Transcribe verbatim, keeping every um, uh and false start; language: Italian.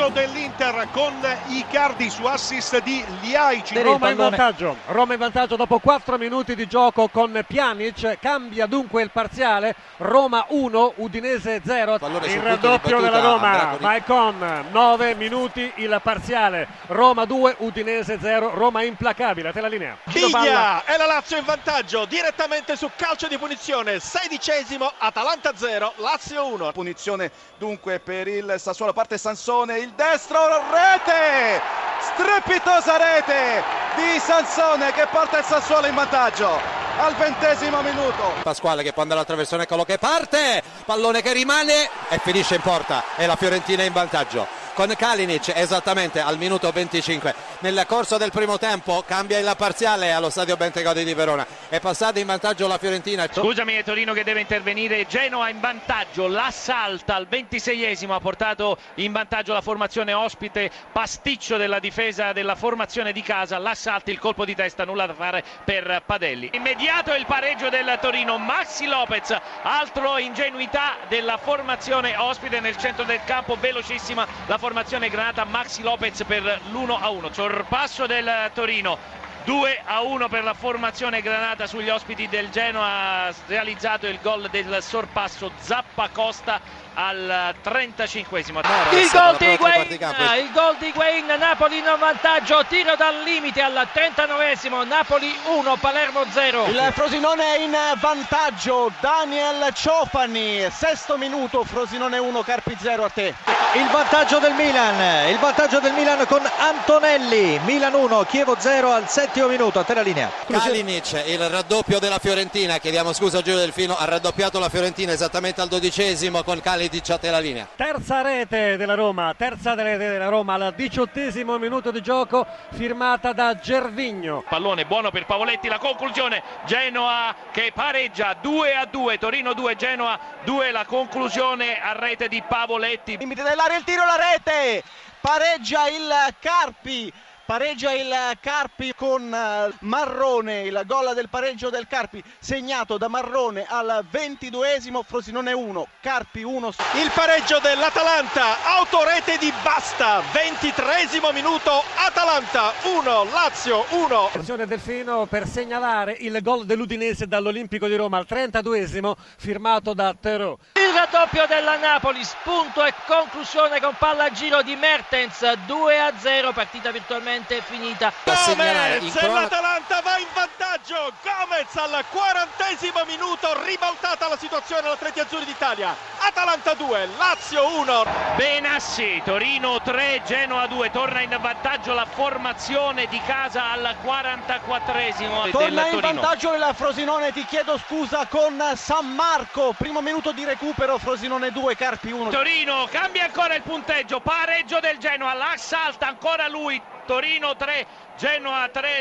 vantaggio dell'Inter con Icardi su assist di Ljajic. Roma in vantaggio, Roma in vantaggio dopo quattro minuti di gioco con Pjanic. Cambia dunque il parziale: Roma uno, Udinese zero. Il raddoppio della Roma, Maicon, nove minuti il parziale. Roma due, Udinese zero. Roma implacabile, a te la linea. Biglia e la Lazio in vantaggio direttamente su calcio di punizione, sedicesimo, Atalanta zero, Lazio uno. Punizione dunque per il Sassuolo, parte Sansone, il destro, rete, strepitosa rete di Sansone che porta il Sassuolo in vantaggio al ventesimo minuto. Pasquale che può andare all'attraversone, quello che parte, pallone che rimane e finisce in porta e la Fiorentina in vantaggio con Kalinic esattamente al minuto venticinque. Nel corso del primo tempo cambia il parziale allo stadio Bentegodi di Verona, è passata in vantaggio la Fiorentina. Scusami, è Torino che deve intervenire. Genoa in vantaggio, la salta al ventiseiesimo, ha portato in vantaggio la formazione ospite, pasticcio della difesa della formazione di casa, la salta, il colpo di testa, nulla da fare per Padelli. Immediato il pareggio del Torino, Maxi Lopez, altro ingenuità della formazione ospite nel centro del campo, velocissima la formazione granata, Maxi Lopez per l'uno a uno. Sorpasso del Torino, due a uno per la formazione granata sugli ospiti del Genoa. Ha realizzato il gol del sorpasso Zappacosta al trentacinquesimo. Il gol di Higuain, il gol di Higuain, Napoli in vantaggio, tiro dal limite al trentanovesimo, Napoli uno, Palermo zero. Il Frosinone è in vantaggio, Daniel Ciofani, sesto minuto, Frosinone uno, Carpi zero, a te. Il vantaggio del Milan, il vantaggio del Milan con Antonelli, Milan uno, Chievo zero al settimo minuto, a te la linea. Kalinic, il raddoppio della Fiorentina, chiediamo scusa a Giulio Delfino, ha raddoppiato la Fiorentina esattamente al dodicesimo con Kalinic, a te la linea. Terza rete della Roma, terza rete della Roma al diciottesimo minuto di gioco, firmata da Gervinho. Pallone buono per Pavoletti, la conclusione, Genoa che pareggia due a due, Torino due, Genoa due, la conclusione a rete di Pavoletti. Limite dell'area, il tiro, la rete, pareggia il Carpi. Pareggia il Carpi con Marrone, il gol del pareggio del Carpi segnato da Marrone al ventiduesimo, Frosinone uno, Carpi uno. Il pareggio dell'Atalanta, autorete di Basta, ventitreesimo minuto, Atalanta uno, Lazio uno. Azione Delfino per segnalare il gol dell'Udinese dall'Olimpico di Roma al trentaduesimo, firmato da Terò. Il raddoppio della Napoli, spunto e conclusione con palla a giro di Mertens, due a zero, partita virtualmente finita. Gomez, l'Atalanta va in vantaggio, Gomez al quarantesimo minuto, ribaltata la situazione all'Atleti Azzurri d'Italia. Atalanta due, Lazio uno. Benassi, Torino tre, Genoa due, torna in vantaggio la formazione di casa al quarantaquattresimo. Torna in vantaggio il Frosinone, ti chiedo scusa, con San Marco, primo minuto di recupero, Frosinone due, Carpi uno. Torino cambia ancora il punteggio, pareggio del Genoa, la salta ancora lui, Torino tre, Genoa tre.